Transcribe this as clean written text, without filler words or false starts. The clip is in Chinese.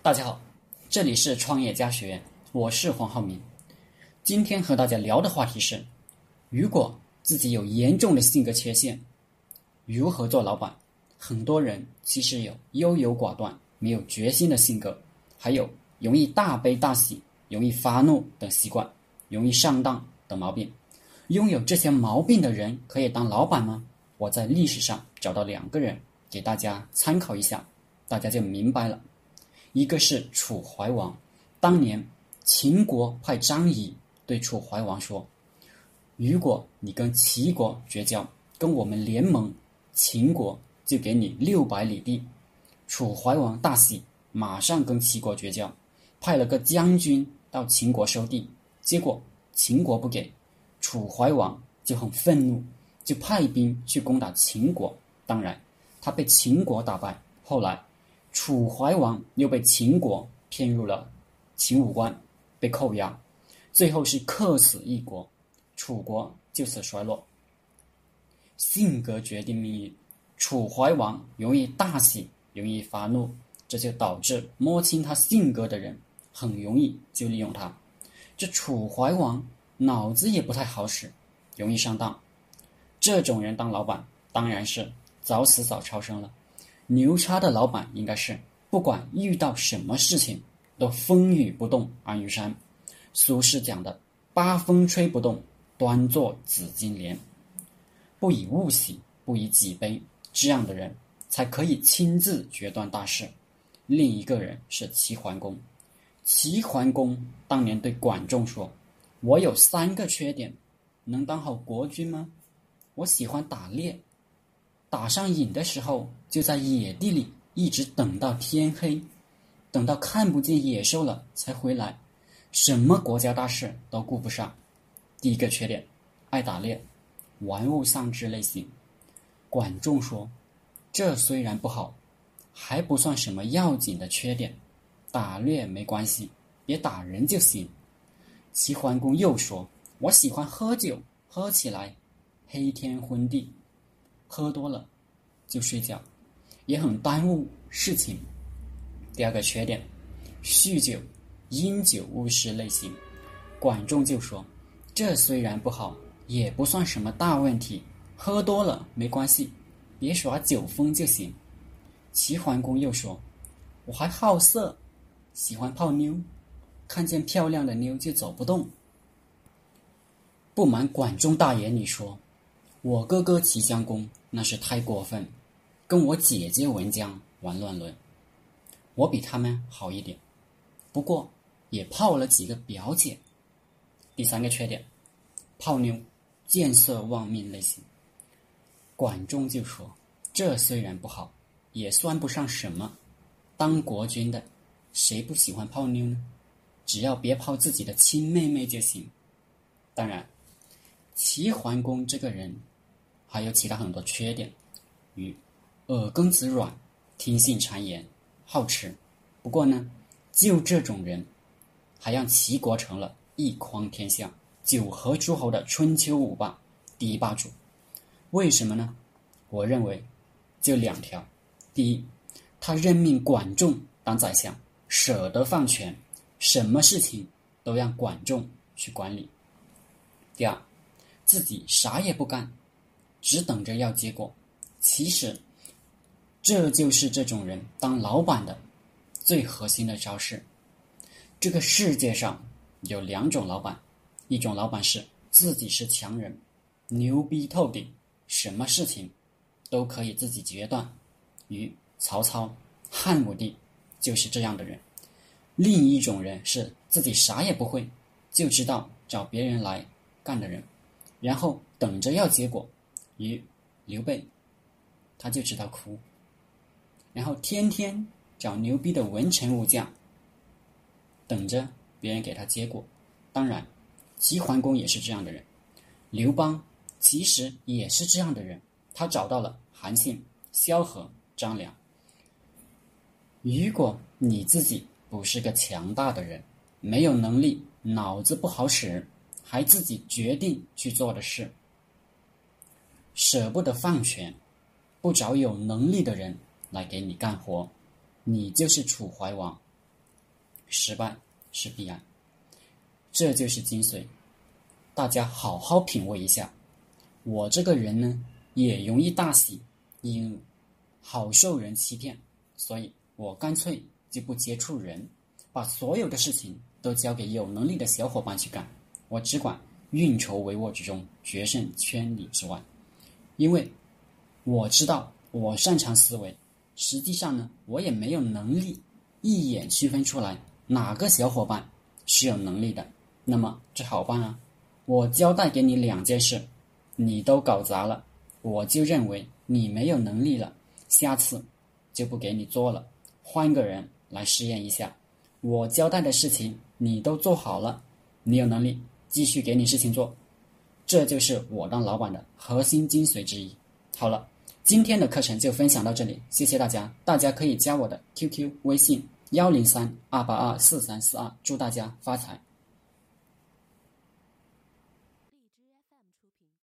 大家好，这里是创业家学院，我是黄浩明。今天和大家聊的话题是，如果自己有严重的性格缺陷，如何做老板？很多人其实有优柔寡断、没有决心的性格，还有容易大悲大喜、容易发怒等习惯，容易上当等毛病。拥有这些毛病的人可以当老板吗？我在历史上找到2个人，给大家参考一下，大家就明白了。一个是楚怀王，当年秦国派张仪对楚怀王说，如果你跟齐国绝交，跟我们联盟，秦国就给你600里地。楚怀王大喜，马上跟齐国绝交，派了个将军到秦国收地，结果秦国不给，楚怀王就很愤怒，就派兵去攻打秦国。当然他被秦国打败，后来楚怀王又被秦国骗入了秦武关，被扣押，最后是客死异国，楚国就此衰落。性格决定命运，楚怀王容易大喜，容易发怒，这就导致摸清他性格的人很容易就利用他。这楚怀王脑子也不太好使，容易上当，这种人当老板当然是早死早超生了。牛叉的老板应该是不管遇到什么事情都风雨不动安于山。苏轼讲的八风吹不动，端坐紫金莲。不以物喜，不以己悲，这样的人才可以亲自决断大事。另一个人是齐桓公。齐桓公当年对管仲说，我有3个缺点，能当好国君吗？我喜欢打猎，打上瘾的时候就在野地里一直等到天黑，等到看不见野兽了才回来，什么国家大事都顾不上。第一个缺点，爱打猎，玩物丧志类型。管仲说，这虽然不好，还不算什么要紧的缺点，打猎没关系，别打人就行。齐桓公又说，我喜欢喝酒，喝起来黑天昏地，喝多了就睡觉，也很耽误事情。第2个缺点，酗酒，因酒误事类型。管仲就说，这虽然不好，也不算什么大问题，喝多了没关系，别耍酒疯就行。齐桓公又说，我还好色，喜欢泡妞，看见漂亮的妞就走不动。不瞒管仲大爷你说，我哥哥齐襄公那是太过分，跟我姐姐文姜玩乱伦，我比他们好一点，不过也泡了几个表姐。第3个缺点，泡妞，见色忘命类型。管仲就说，这虽然不好，也算不上什么，当国君的谁不喜欢泡妞呢？只要别泡自己的亲妹妹就行。当然齐桓公这个人还有其他很多缺点，如耳根子软，听信谗言，好吃。不过呢，就这种人还让齐国成了一匡天下9合诸侯的春秋5霸第一霸主。为什么呢？我认为就2条。第一，他任命管仲当宰相，舍得放权，什么事情都让管仲去管理。第二，自己啥也不干，只等着要结果。其实这就是这种人当老板的最核心的招式。这个世界上有2种老板，一种老板是自己是强人，牛逼透顶，什么事情都可以自己决断，如曹操、汉武帝就是这样的人。另一种人是自己啥也不会，就知道找别人来干的人，然后等着要结果，如刘备，他就知道哭，然后天天找牛逼的文臣武将，等着别人给他结果。当然齐桓公也是这样的人，刘邦其实也是这样的人，他找到了韩信、萧何、张良。如果你自己不是个强大的人，没有能力，脑子不好使，还自己决定去做的事，舍不得放权，不找有能力的人来给你干活，你就是楚怀王， 失败是必然。这就是精髓，大家好好品味一下。我这个人呢，也容易大喜，因好受人欺骗，所以我干脆就不接触人，把所有的事情都交给有能力的小伙伴去干，我只管运筹帷幄之中，决胜千里之外。因为我知道我擅长思维，实际上呢，我也没有能力一眼区分出来哪个小伙伴是有能力的。那么这好办啊，我交代给你2件事，你都搞砸了，我就认为你没有能力了，下次就不给你做了，换个人来试验一下。我交代的事情你都做好了，你有能力继续给你事情做，这就是我当老板的核心精髓之一。好了，今天的课程就分享到这里，谢谢大家。大家可以加我的 QQ 微信103-282-4342，祝大家发财。